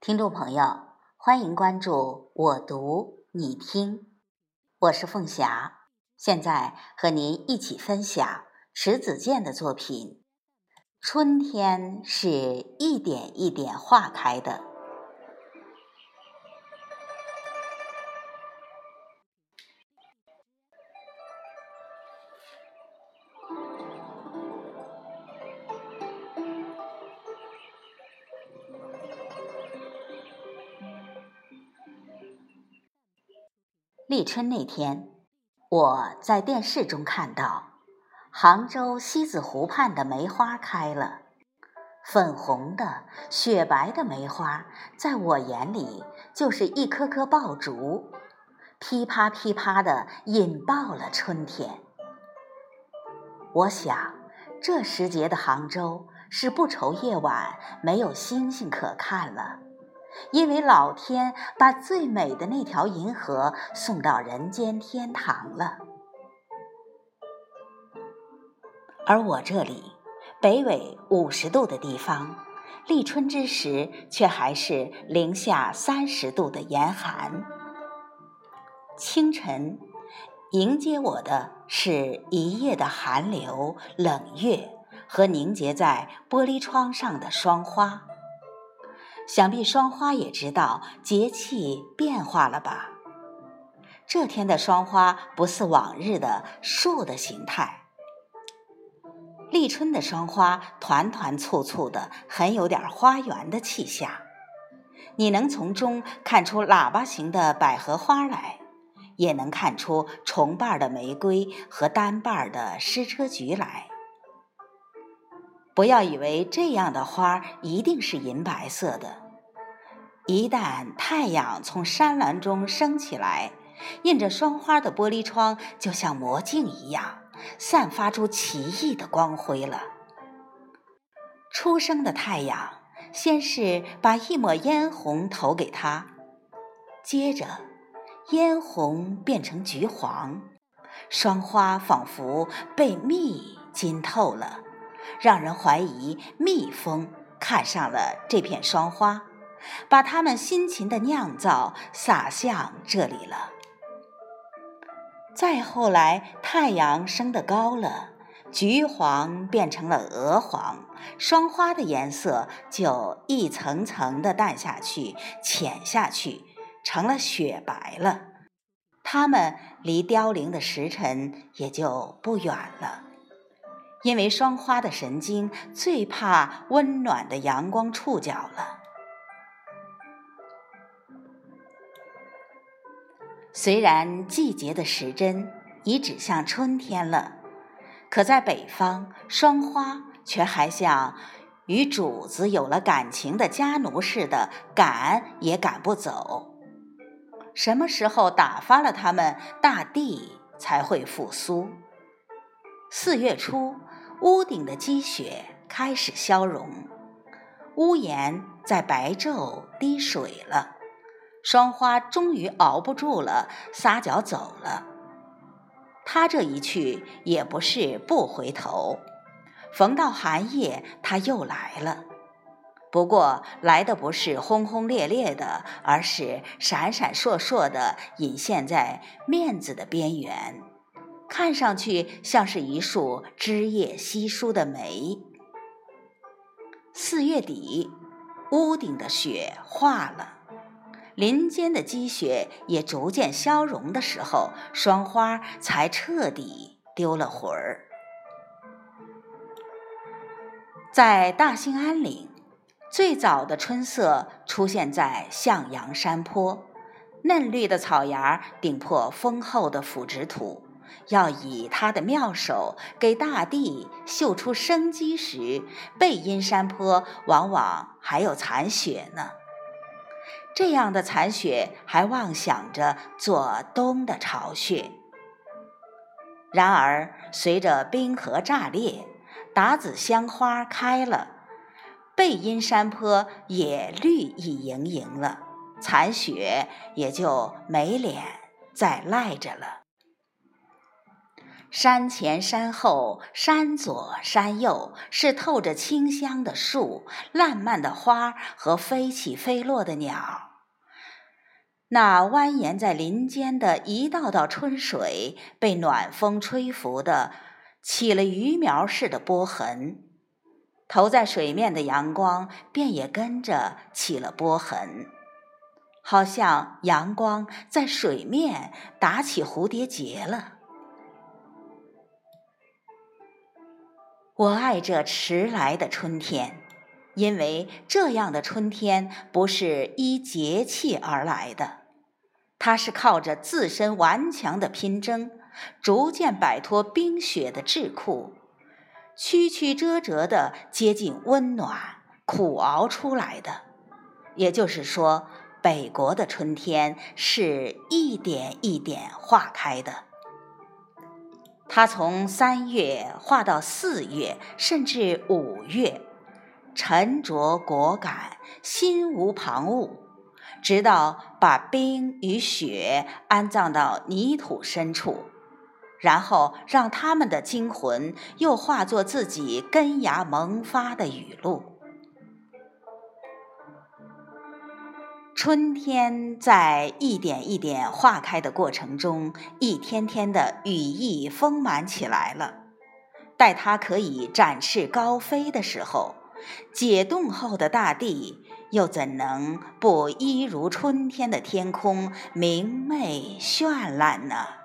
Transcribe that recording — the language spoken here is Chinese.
听众朋友，欢迎关注我读你听，我是凤霞，现在和您一起分享迟子建的作品《春天是一点一点化开的》。立春那天，我在电视中看到杭州西子湖畔的梅花开了，粉红的、雪白的梅花，在我眼里就是一颗颗爆竹，噼啪噼啪地引爆了春天。我想，这时节的杭州是不愁夜晚没有星星可看了，因为老天把最美的那条银河送到人间天堂了。而我这里北纬50度的地方，立春之时却还是零下30度的严寒。清晨迎接我的是一夜的寒流、冷月和凝结在玻璃窗上的霜花。想必霜花也知道节气变化了吧？这天的霜花不似往日的树的形态，立春的霜花团团簇簇的，很有点花园的气象。你能从中看出喇叭形的百合花来，也能看出重瓣的玫瑰和单瓣的矢车菊来。不要以为这样的花一定是银白色的，一旦太阳从山峦中升起来，映着霜花的玻璃窗就像魔镜一样，散发出奇异的光辉了。初升的太阳先是把一抹嫣红投给它，接着嫣红变成橘黄，霜花仿佛被蜜浸透了，让人怀疑蜜蜂看上了这片霜花，把它们辛勤的酿造洒向这里了。再后来太阳升得高了，橘黄变成了鹅黄，霜花的颜色就一层层的淡下去、浅下去，成了雪白了。它们离凋零的时辰也就不远了，因为霜花的神经最怕温暖的阳光触角了。虽然季节的时针已指向春天了，可在北方，霜花却还像与主子有了感情的家奴似的，赶也赶不走。什么时候打发了它们，大地才会复苏。4月初，屋顶的积雪开始消融，屋檐在白昼滴水了，霜花终于熬不住了，撒脚走了。他这一去也不是不回头，逢到寒夜他又来了，不过来的不是轰轰烈烈的，而是闪闪烁烁的，隐现在面子的边缘，看上去像是一束枝叶稀疏的梅。4月底，屋顶的雪化了，林间的积雪也逐渐消融的时候，霜花才彻底丢了魂儿。在大兴安岭，最早的春色出现在向阳山坡，嫩绿的草芽顶破丰厚的腐殖土，要以它的妙手给大地绣出生机时，背阴山坡往往还有残雪呢。这样的残雪还妄想着做冬的巢穴。然而随着冰河炸裂，达子香花开了，背阴山坡也绿意盈盈了，残雪也就没脸再赖着了。 山前山后，山左山右，是透着清香的树、烂漫的花和飞起飞落的鸟。那蜿蜒在林间的一道道春水，被暖风吹拂的起了鱼苗似的波痕，投在水面的阳光便也跟着起了波痕，好像阳光在水面打起蝴蝶结了。我爱这迟来的春天，因为这样的春天不是依节气而来的，它是靠着自身顽强的拼争，逐渐摆脱冰雪的桎梏，曲曲折折地接近温暖，苦熬出来的。也就是说，北国的春天是一点一点化开的。它从3月化到4月，甚至5月，沉着果敢，心无旁骛，直到把冰与雪安葬到泥土深处，然后让它们的精魂又化作自己根芽萌发的雨露。春天在一点一点化开的过程中，一天天的羽翼丰满起来了。待它可以展翅高飞的时候，解冻后的大地又怎能不一如春天的天空明媚绚烂呢？